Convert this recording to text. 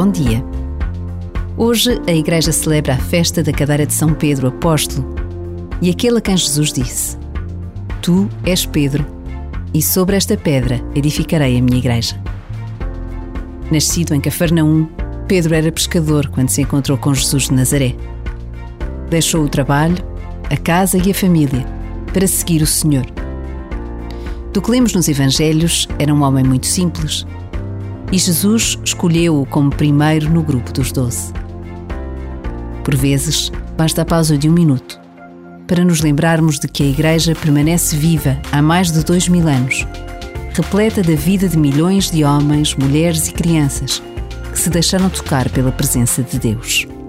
Bom dia. Hoje a Igreja celebra a festa da cadeira de São Pedro Apóstolo e aquele a quem Jesus disse: Tu és Pedro, e sobre esta pedra edificarei a minha Igreja. Nascido em Cafarnaum, Pedro era pescador quando se encontrou com Jesus de Nazaré. Deixou o trabalho, a casa e a família para seguir o Senhor. Do que lemos nos Evangelhos, era um homem muito simples e Jesus escolheu-o como primeiro no grupo dos 12. Por vezes, basta a pausa de 1 minuto para nos lembrarmos de que a Igreja permanece viva há mais de 2000 anos, repleta da vida de milhões de homens, mulheres e crianças que se deixaram tocar pela presença de Deus.